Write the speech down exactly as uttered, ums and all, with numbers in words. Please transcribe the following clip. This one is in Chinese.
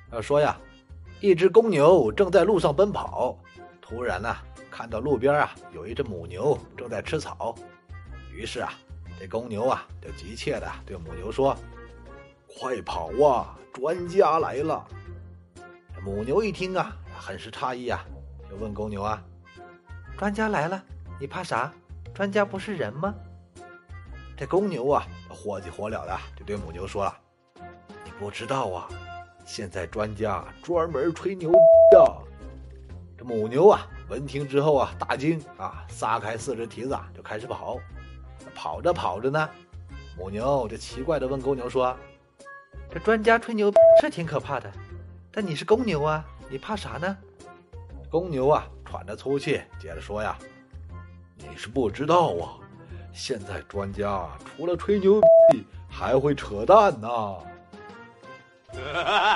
要说呀，一只公牛正在路上奔跑，突然呢、啊，看到路边啊有一只母牛正在吃草，于是啊，这公牛啊就急切地对母牛说：“快跑啊，专家来了！”这母牛一听啊，很是诧异啊，就问公牛啊：“专家来了，你怕啥？专家不是人吗？”这公牛啊，火急火燎的就对母牛说了：“你不知道啊，现在专家专门吹牛呀！”这母牛啊，闻听之后啊，大惊啊，撒开四只蹄子啊，就开始跑。跑着跑着呢，母牛就奇怪地问公牛说：“这专家吹牛是挺可怕的，但你是公牛啊，你怕啥呢？”公牛啊，喘着粗气，接着说呀：“你是不知道啊，现在专家除了吹牛，还会扯淡呢。”